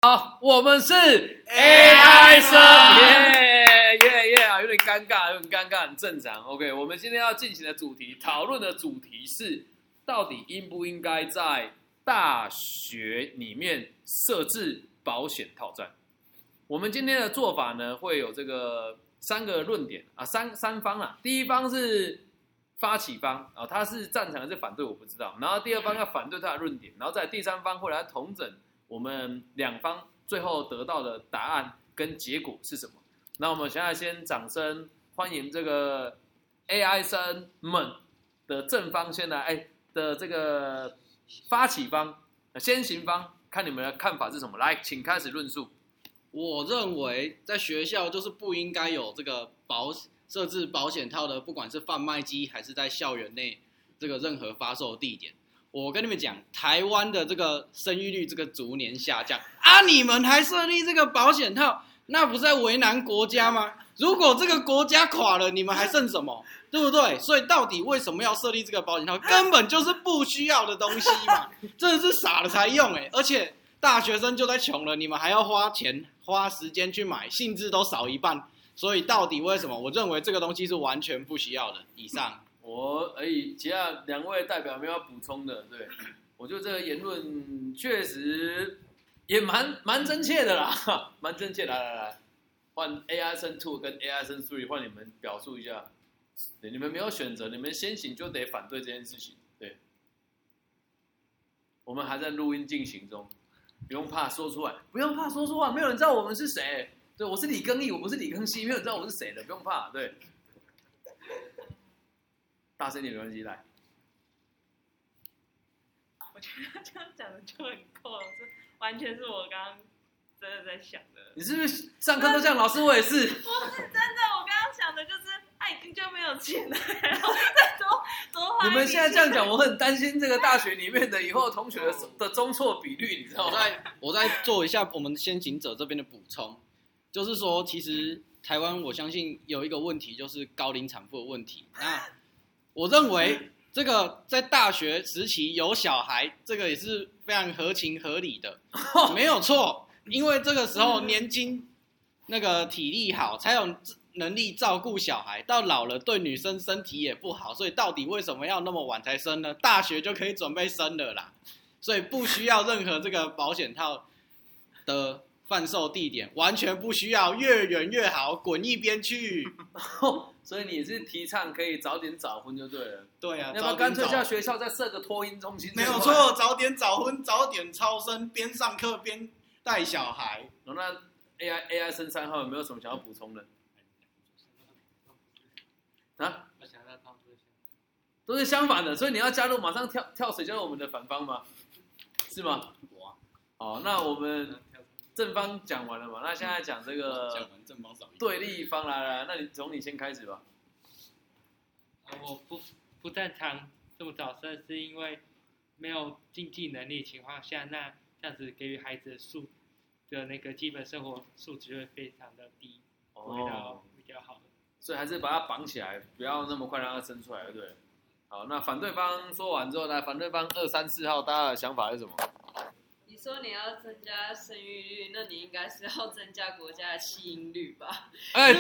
好，我们是 AI 生，有点尴尬，很正常。OK， 我们今天要进行的讨论的主题是，到底应不应该在大学里面设置保险套餐？我们今天的做法呢，会有这个3个论点啊，三方啊。第一方是发起方啊，他是赞成还是反对我不知道。然后第二方要反对他的论点，然后在第三方会来统整我们两方最后得到的答案跟结果是什么。那我们现在先掌声欢迎这个 AI 生们的正方先来的这个发起方、先行方，看你们的看法是什么？来，请开始论述。 我认为在学校就是不应该有这个设置保险套的，不管是贩卖机还是在校园内这个任何发售地点。我跟你们讲，台湾的这个生育率这个逐年下降啊，你们还设立这个保险套，那不是在为难国家吗？如果这个国家垮了，你们还剩什么？对不对？所以到底为什么要设立这个保险套？根本就是不需要的东西嘛，真的是傻了才用而且大学生就在穷了，你们还要花钱花时间去买，兴致都少一半。所以到底为什么？我认为这个东西是完全不需要的。以上。 其他2位代表没有要补充的，对，我觉得这个言论确实也蛮真切的啦，蛮真切的。来，换 AI 生 2 跟 AI 生 3，换你们表述一下。对，你们没有选择，你们先行就得反对这件事情。对，我们还在录音进行中，不用怕说出来，不用怕说出话，没有人知道我们是谁。对，我是李庚毅，我不是李庚希，没有人知道我是谁的，不用怕。对。大声点没关系，来。 我觉得他这样讲的就很够，完全是我刚刚真的在想的。 你是不是上课都这样？老师，我也是。 不是真的，我刚刚想的就是他已经就没有钱了，然后再多花。 你们现在这样讲，我很担心这个大学里面的以后同学的中错比率，你知道吗？ 我再做一下我们先行者这边的补充，就是说，其实台湾我相信有一个问题，就是高龄产妇的问题。那我认为这个在大学时期有小孩，这个也是非常合情合理的，没有错。因为这个时候年轻，那个体力好，才有能力照顾小孩。到老了对女生身体也不好，所以到底为什么要那么晚才生呢？大学就可以准备生了啦，所以不需要任何这个保险套的贩售地点，完全不需要，越远越好，滚一边去。 所以你是提倡可以早点早婚就对了。 对啊， 要不要干脆叫学校再设个托婴中心？ 没有错，早点早婚，早点超生，边上课边带小孩。 那 AI 生3号有没有什么想要补充的？啊？都是相反的，所以你要加入，马上跳水加入我们的反方吗？是吗？好，那我们正方讲完了嘛？那现在讲这个对立方，来，那从你先开始吧。 我不赞成这么早生，是因为没有经济能力的情况下，那这样子给予孩子的那个基本生活素质会非常的低，比较好的。 所以还是把它绑起来，不要那么快让它生出来，对不对？好，那反对方说完之后，来反对方2、3、4号，大家的想法是什么？ 你说你要增加生育率，那你应该是要增加国家的弃婴率吧？ 对，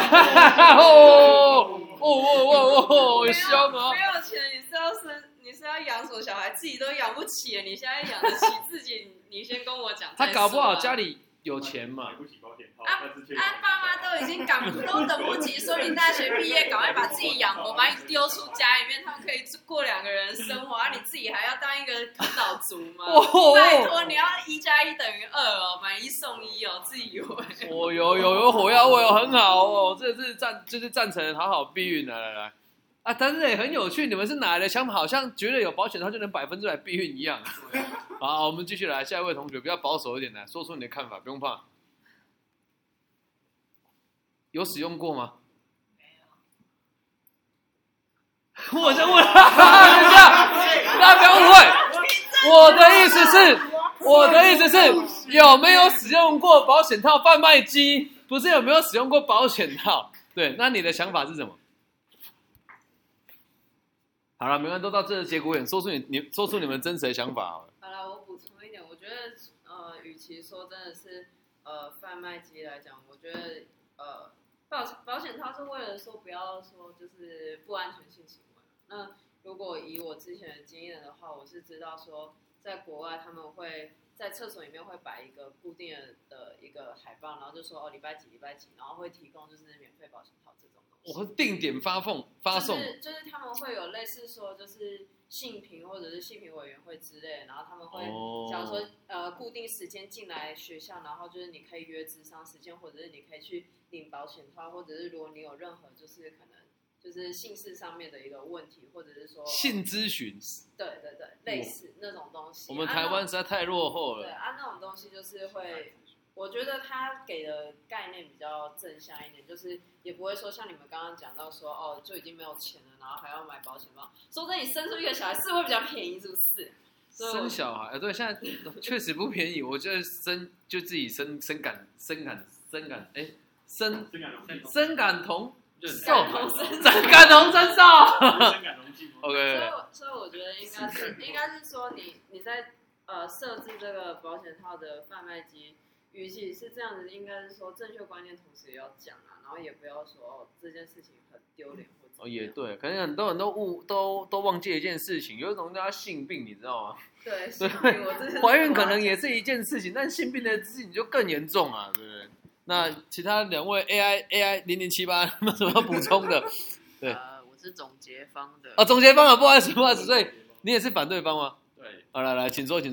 凶哦！ 没有钱，你是要养什么小孩？自己都养不起，你现在养得起自己，你先跟我讲。 他搞不好家里有钱嘛？ 买不起保险套。爸妈都已经都等不及，说你大学毕业赶快把自己养活，把你丢出家里面，他们可以过2个人生活，你自己还要当一个啃老族吗？拜托，你要1+1等于2哦，买1送1哦，自以为。 有火药味哦，很好哦，这是赞成好好避孕，来。啊，但是也很有趣，你们是哪来的想法？好像觉得有保险套就能100%避孕一样。好，我们继续来，下一位同学比较保守一点的，说出你的看法，不用怕。有使用过吗？没有。我在问，等一下，大家不要误会。我的意思是，有没有使用过保险套贩卖机？不是有没有使用过保险套？对，那你的想法是什么？好了，没关系，都到这个节骨眼，说出你们真实的想法好了。 好了，我补充一点，我觉得与其其实说真的是，贩卖机来讲，我觉得保险套是为了说不要说就是不安全性行为。那如果以我之前的经验的话，我是知道说，在国外他们会在厕所里面会摆一个固定的一个海报，然后就说礼拜几，然后会提供就是免费保险套这种东西。 我定点发送， 就是他们会有类似说就是性平或者是性平委员会之类的，然后他们会假如说固定时间进来学校，然后就是你可以约咨商时间，或者是你可以去领保险套，或者是如果你有任何就是可能就是性事上面的一个问题，或者是说性咨询， 对，类似那种东西。 我们台湾实在太落后了。 对啊，那种东西就是会，我觉得他给的概念比较正向一点，就是也不会说像你们刚刚讲到说就已经没有钱了，然后还要买保险包。说真的，你生出一个小孩是会比较便宜，是不是？ 生小孩，对，现在确实不便宜。我觉得就自己深感同。 感同身受。OK。 所以我觉得应该是说你在设置这个保险套的贩卖机，与其是这样子，应该是说正确观念同时也要讲啊，然后也不要说这件事情很丢脸或者也对，可能很多人都忘记一件事情，有一种叫性病，你知道吗？ 对， 怀孕可能也是一件事情，但性病的事情就更严重啊，对不对？那其他两位 AI 0078有什么要补充的？对， 我是总结方的。 总结方啊，不好意思，所以你也是反对方吗？ 对。 好，来，请说。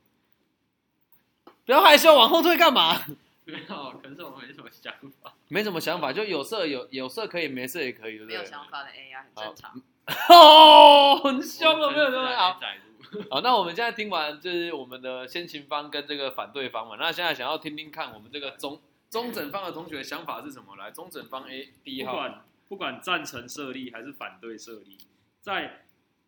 不要害羞，往后退干嘛？ 没有，可是我没什么想法。 没什么想法，就有色可以，没色也可以，对不对？ 没有想法的 AI 很正常。 很凶了，没有好。好，那我们现在听完就是我们的先行方跟这个反对方嘛，那现在想要听听看我们这个中整方的同学的想法是什么？来，中整方 A 第一号， 不管赞成设立还是反对设立，在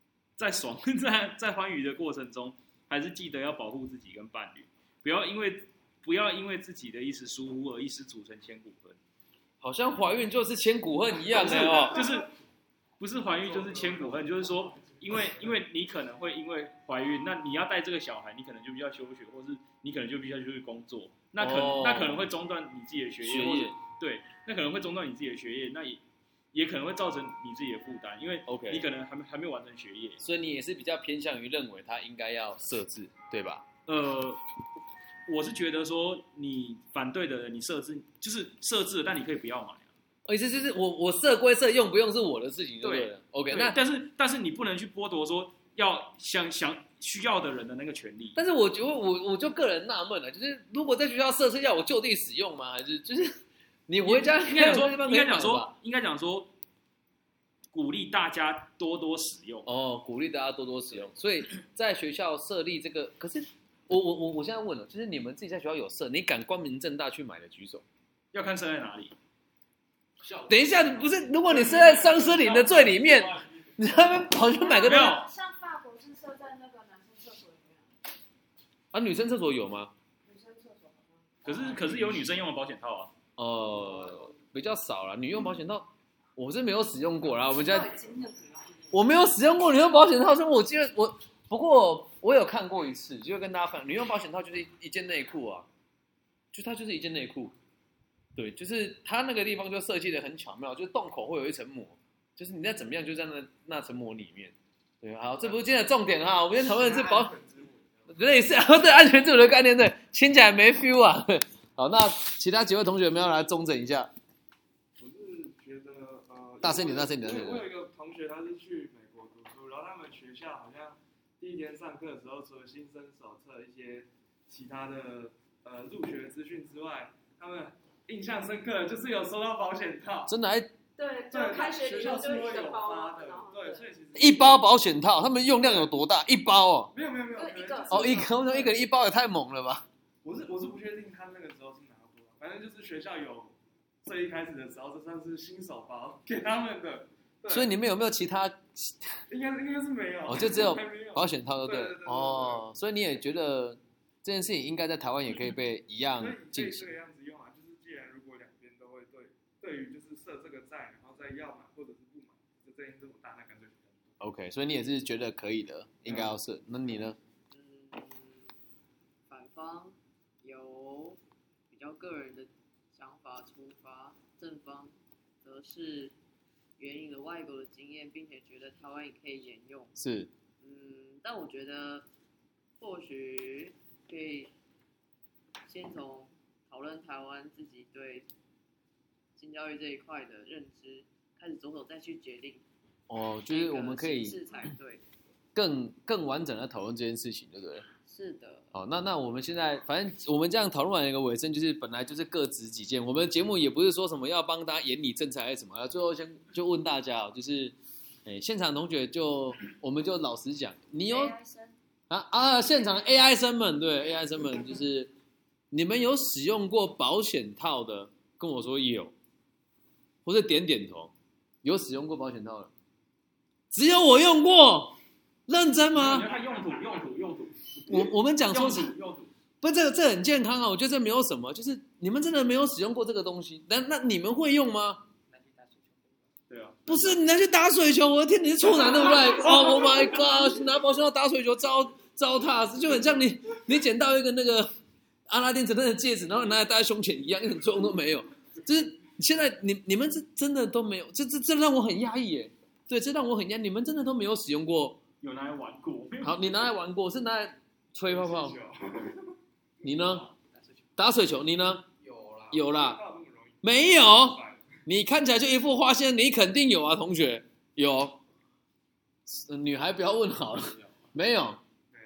欢愉的过程中，还是记得要保护自己跟伴侣，不要因为自己的一时疏忽而一时组成千古恨。 好像怀孕就是千古恨一样的哦， 就是不是怀孕就是千古恨，就是说，因为你可能会因为怀孕，那你要带这个小孩，你可能就必须要休学，或是你可能就必须要去工作。那可能会中断你自己的学业，或者对，那可能会中断你自己的学业，那也可能会造成你自己的负担，因为你可能还没有完成学业， 所以你也是比较偏向于认为他应该要设置，对吧？ 我是觉得说你反对的人，你设置就是设置了，但你可以不要买啊。 意思就是我设归设，用不用是我的事情，对不对 ？OK， 对，但是你不能去剥夺说要想需要的人的那个权利。 但是我觉得我就个人纳闷了，就是如果在学校设置要我就地使用吗？还是就是你回家应该讲说鼓励大家多多使用鼓励大家多多使用。所以在学校设立这个，可是我现在问了，就是你们自己在学校有设，你敢光明正大去买的举手？ 要看设在哪里。 等一下，不是，如果你设在丧尸林的最里面，你在那边跑去买个没有？ 像法国是设在那个男生厕所里面啊，女生厕所有吗？ 女生厕所好像可是有女生用的保险套啊。 比较少啦，女用保险套我是没有使用过啦。我没有使用过女用保险套，所以我记得不过我有看过一次，就跟大家分享，女用保险套就是一件内裤啊，它就是一件内裤。对，就是它那个地方就设计的很巧妙，就是洞口会有一层膜，就是你再怎么样就在那层膜里面。对，好，这不是今天的重点哈，我们今天讨论的是类似对安全自主的概念，对，听起来没 feel 啊。对，好，那其他几位同学们要来中整一下。 我是觉得大声点。 我有一个同学他是去美国读书，然后他们学校好像第一天上课的时候，除了新生手册一些其他的入学资讯之外，他们印象深刻的就是有收到保险套， 真的还对，就开学学校是会有发的，对，所以其实一包保险套，他们用量有多大？一包哦？ 没有， 一个人一包也太猛了吧！ 我是不确定他那个时候是拿多少，反正就是学校有最一开始的时候，这算是新手包给他们的。 所以你们有没有其他？ 应该是没有， 就只有保险套， 对所以你也觉得这件事情应该在台湾也可以被一样进行。 这个样子用啊，就是既然如果两边都会对于就是设这个债，然后再要买或者是不买，就这件这么大，那干脆。 OK， 所以你也是觉得可以的，应该要设。那你呢？ 反方有出发，正方则是援引了外国的经验，并且觉得台湾也可以沿用。 是， 但我觉得或许可以先从讨论台湾自己对性教育这一块的认知开始着手，再去决定。 就是我们可以是才对， 更完整的讨论这件事情，对不对？ 是的。 好，那我们现在反正我们这样讨论完一个尾声，就是本来就是各执己见。我们的节目也不是说什么要帮大家严理政策还是什么，最后先就问大家就是现场同学我们就老实讲，你有 AI 生现场 AI 生们，对 AI 生们，就是你们有使用过保险套的，跟我说有，或者点头，有使用过保险套的，只有我用过，认真吗？ 你要看用途。 我们讲说是用途， 不，这很健康啊，我觉得这没有什么，就是你们真的没有使用过这个东西，那你们会用吗？ 对啊， 不是你拿去打水球，我的天，你是处男对不对？Oh my god， 拿保险套打水球糟蹋，就很像你捡到一个那个阿拉丁神灯的戒指，然后拿来戴在胸前一样，一点作用都没有。就是现在你们是真的都没有，这让我很压抑耶。对，这让我很压抑，你们真的都没有使用过。 有拿来玩过。 好，你拿来玩过，是拿来吹泡泡。你呢？打水球，你呢？有啦，没有？你看起来就一副花仙，你肯定有啊，同学。有。女孩不要问好了，没有。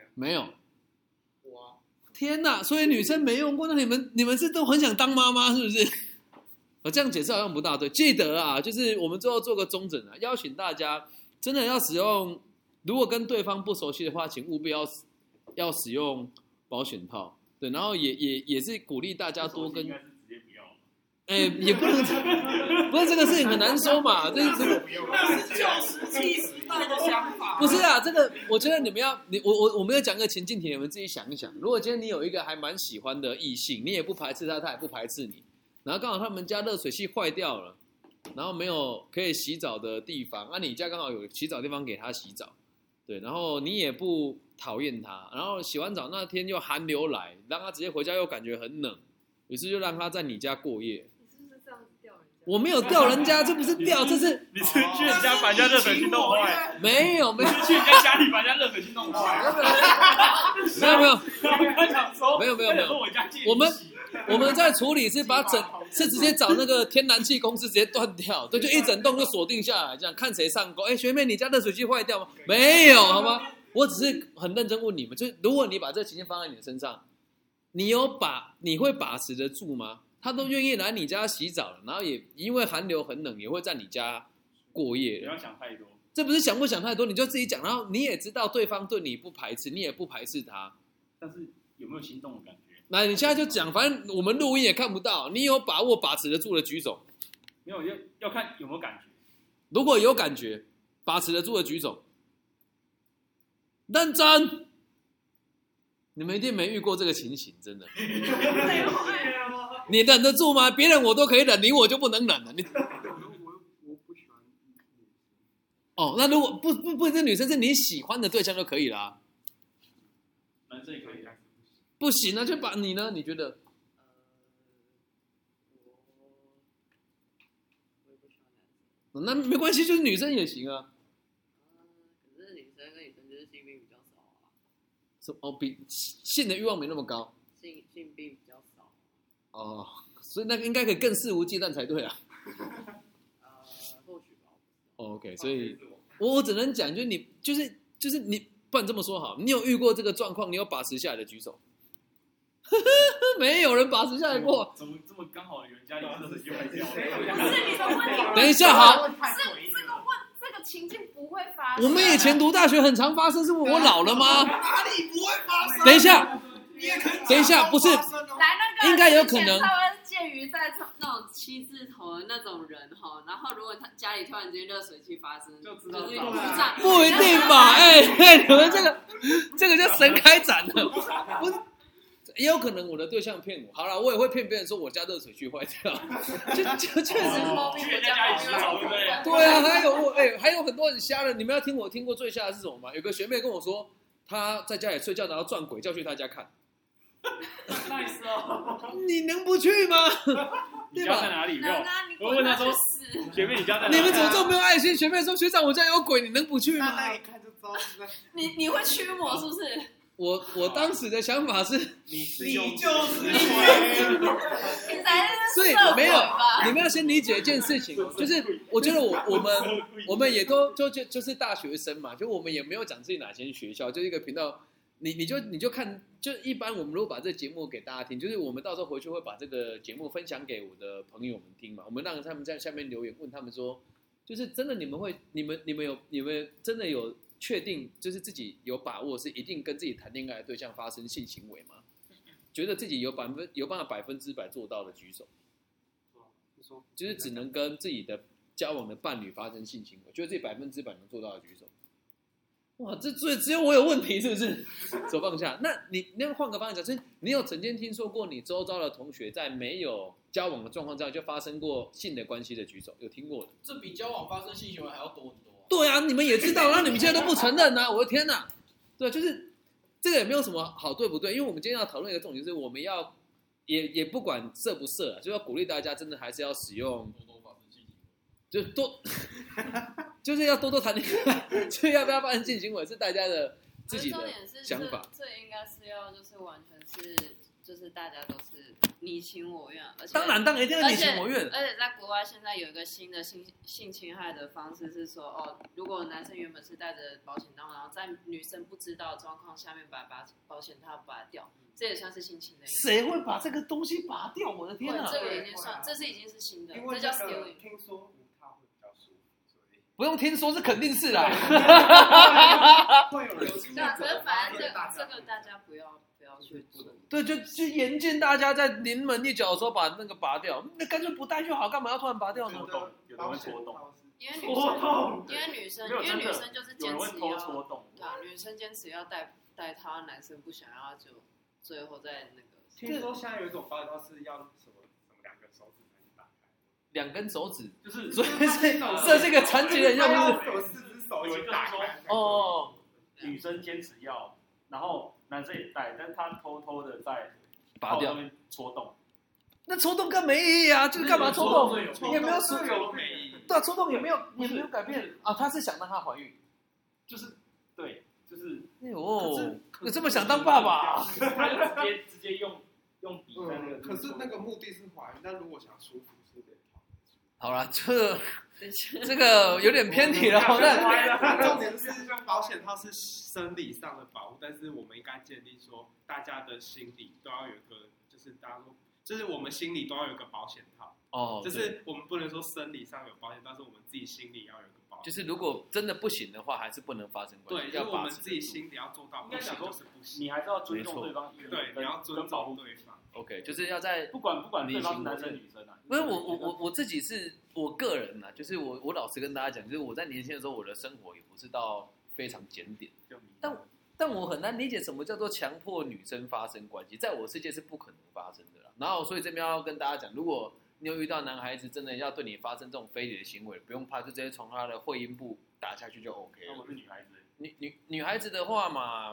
天哪！所以女生没用过，那你们是都很想当妈妈是不是？我这样解释好像不大对。记得啊，就是我们最后做个中诊啊，邀请大家真的要使用。如果跟对方不熟悉的话，请务必要使用保险套，对，然后也是鼓励大家多跟，也不能，不是这个事情很难说嘛，这个 97时代的想法， 不是啊，这个我觉得我们要讲个情境题，你们自己想一想，如果今天你有一个还蛮喜欢的异性，你也不排斥他，他也不排斥你，然后刚好他们家热水器坏掉了，然后没有可以洗澡的地方，你家刚好有洗澡地方给他洗澡。对，然后你也不讨厌他，然后洗完澡那天又寒流来，让他直接回家又感觉很冷，于是就让他在你家过夜。 你是不是这样子钓人家？ 我没有钓人家，这不是钓，这是你是去人家把人家热水器弄坏？ 没有， 你是去人家家里把人家热水器弄坏？ 没有， 他想说没有， 我家借我们在处理是是直接找那个天然气公司直接断掉，对，就一整栋就锁定下来，这样看谁上钩。学妹，你家热水器坏掉吗？没有，好吗？我只是很认真问你们，就是如果你把这个情境放在你的身上，你会把持得住吗？他都愿意来你家洗澡了，然后也因为寒流很冷，也会在你家过夜。 不要想太多， 这不是想不想太多，你就自己讲，然后你也知道对方对你不排斥，你也不排斥他， 但是有没有心动的感觉？ 那你现在就讲，反正我们录音也看不到，你有把握把持得住的举手。 没有，要看有没有感觉。 如果有感觉，把持得住的举手。认真，你们一定没遇过这个情形，真的。你忍得住吗？别人我都可以忍，你我就不能忍了。 我不喜欢。 那如果不是女生，是你喜欢的对象就可以啦。 男生也可以。 不行啊，就把你呢？你觉得？ 我也不喜欢男生。 那没关系，就是女生也行啊。 可是女生跟女生就是性病比较少啊。 比性的欲望没那么高。 性病比较少。 所以那个应该可以更肆无忌惮才对啊。 或许吧。 OK， 所以我只能讲，就是你，不然这么说好，你有遇过这个状况，你有把持下来的举手。没有人把持下来过。 怎么这么刚好有人家里热水器坏掉了？ 不是你的问题。 等一下，好， 这个情境不会发生。 我们以前读大学很常发生，是不是我老了吗？ 哪里不会发生？ 等一下， 你也可以等一下，不是， 来那个应该有可能。 他会介于在那种7字头的那种人哈，然后如果他家里突然之间热水器发生， 就知道就是故障。 不一定吧？你们这个就神开展了，不是。也有可能我的对象骗我，好了，我也会骗别人说我家热水器坏掉，就确实。 去人家家里洗澡，对不对？ 对啊，还有很多很瞎的，你们要听我听过最瞎的是什么吗？有个学妹跟我说，她在家里睡觉，然后撞鬼，叫去她家看。 nice 哦。 你能不去吗？ 你家在哪里？没有能啊，你我问他说滚去死学妹你家在哪里？ 你们怎么这么没有爱心？学妹说学长我家有鬼，你能不去吗？ 那一看就知道是在你会驱魔是不是？ 我当时的想法是， 你是你用就是鬼。 你才是所以色鬼没有吧？ 你们要先理解一件事情，就是我觉得我们也都就是大学生嘛，就我们也没有讲自己哪间学校，就一个频道，你就看，就一般我们如果把这个节目给大家听，就是我们到时候回去会把这个节目分享给我的朋友们听嘛，我们让他们在下面留言问他们说，就是真的你们真的有确定就是自己有把握是一定跟自己谈恋爱的对象发生性行为吗？觉得自己有办法100%做到的举手，就是只能跟自己的交往的伴侣发生性行为，觉得自己100%能做到的举手。哇，这只有我有问题是不是？手放下。那你要换个方向讲，就是你有曾经听说过你周遭的同学在没有交往的状况下就发生过性的关系的举手，有听过的？ 这比交往发生性行为还要多很多。 对啊，你们也知道，然后你们现在都不承认啊！我的天哪，对，就是这个也没有什么好对不对，因为我们今天要讨论一个重点，就是我们要也不管色不色啊，就要鼓励大家真的还是要使用多发生性行为， 就多就是要多谈恋爱，所以要不要发生性行为是大家的自己的重点是想法。 这应该是要就是完全是就是大家都是你情我愿，而且当然一定要你情我愿。 而且在国外现在有一个新的性侵害的方式是说，哦，如果男生原本是带着保险套，然后在女生不知道的状况下面把保险套拔掉，这也算是性侵的。 谁会把这个东西拔掉？我的天哪！ 这个已经算，这是已经是新的， 因为这叫 stealing。 听说无套会比较舒服，所以不用听说，是肯定是啦。 会有人对啊，可是反正这个大家不要去做。 对，就严禁大家在临门一脚的时候把那个拔掉，那干脆不戴就好，干嘛要突然拔掉呢？ 有人会戳洞， 因为女生就是坚持要， 戳洞， 对啊，女生坚持要带他，男生不想要，就最后在那个。 听说现在有一种保险套是要什么2根手指才能打开 ，2根手指， 就是所以是这个残疾人用的。 有4只手一起打开。 哦，女生坚持要，然后男生也戴，但是他偷偷的在拔掉， 戳洞。 那戳洞更没意义啊！就是干嘛戳洞？也没有所有没意义。 对啊，戳洞也没有改变啊。他是想让她怀孕， 就是对，就是。 哎呦，你这么想当爸爸？ 他直接用笔在那个。 可是那个目的是怀孕，但如果想舒服是得好了，这个有点偏题了。 重点是保险套是生理上的保护，但是我们应该建立说，大家的心里都要有一个，就是大家说，就是我们心里都要有一个保险套。 哦， 就是我们不能说生理上有保险，但是我们自己心里要有一个保险。 就是如果真的不行的话，还是不能发生关系。 对，就是我们自己心里要做到。 应该讲说就是不行， 你还是要尊重对方。 对，你要尊重对方。 OK， 就是要在不管对方是男生女生啊。 因为我自己是我个人啊，就是我老实跟大家讲，就是我在年轻的时候，我的生活也不是到非常检点，但我很难理解什么叫做强迫女生发生关系，在我世界是不可能发生的啦。然后所以这边要跟大家讲，如果你有遇到男孩子真的要对你发生这种非礼的行为，不用怕，就直接从他的会阴部打下去就 OK 了。 那我是女孩子。 女孩子的话嘛，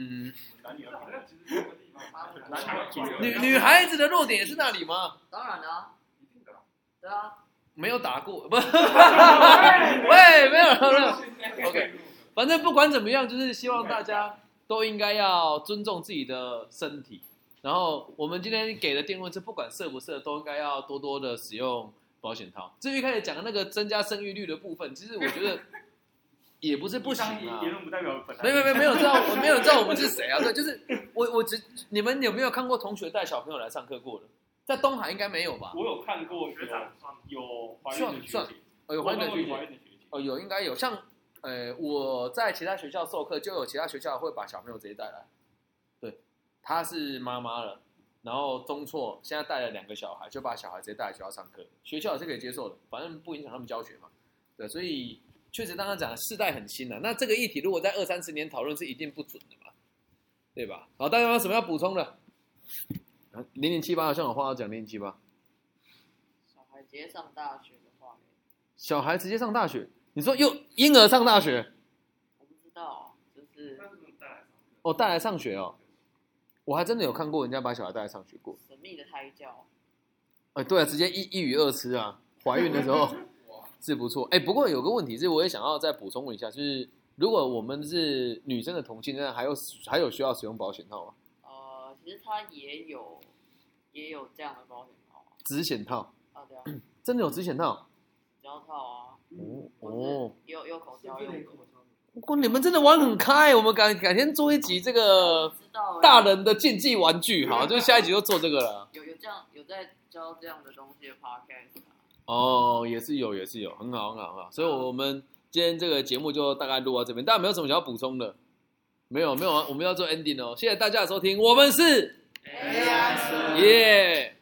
女孩子的弱点也是那里吗？ 当然了，对啊， 没有打过，不，喂，没有 ，OK， 反正不管怎么样，就是希望大家都应该要尊重自己的身体。然后我们今天给的定论是，不管色不色，都应该要多多的使用保险套。至于一开始讲的那个增加生育率的部分，其实我觉得也不是不行啊。 言论不代表本来。 没有知道，我没有知道我们是谁啊？对，就是你们有没有看过同学带小朋友来上课过的？在东海应该没有吧？ 我有看过，有怀孕的学姐， 有怀孕的学姐，有应该有。像我在其他学校授课，就有其他学校会把小朋友直接带来。对，她是妈妈了，然后中辍，现在带了2个小孩，就把小孩直接带来学校上课。学校也是可以接受的，反正不影响他们教学嘛。对，所以确实刚刚讲的世代很新了。那这个议题如果在20-30年讨论是一定不准的嘛，对吧？好，大家有什么要补充的？0078好像有话要讲，0078。 小孩直接上大学的话， 小孩直接上大学，你说婴儿上大学？ 我不知道，就是带来上学哦。我还真的有看过人家把小孩带来上学过。 神秘的胎教。 对啊，直接一鱼二吃啊！怀孕的时候是不错。不过有个问题是，我也想要再补充一下，就是如果我们是女生的同性恋，还有需要使用保险套吗？ 其实它也有这样的保险套啊。 指险套啊，对啊。 真的有指险套？ 胶套啊。 哦。 有口交用的。 哇，你们真的玩很开，我们改天做一集这个大人的竞技玩具，好，就是下一集就做这个了。 有在教这样的东西的 podcast 啊。 哦，也是有，很好。所以我们今天这个节目就大概录到这边，大家没有什么想要补充的？没有，我们要做 ending 哦。谢谢大家的收听，我们是 AIS 耶。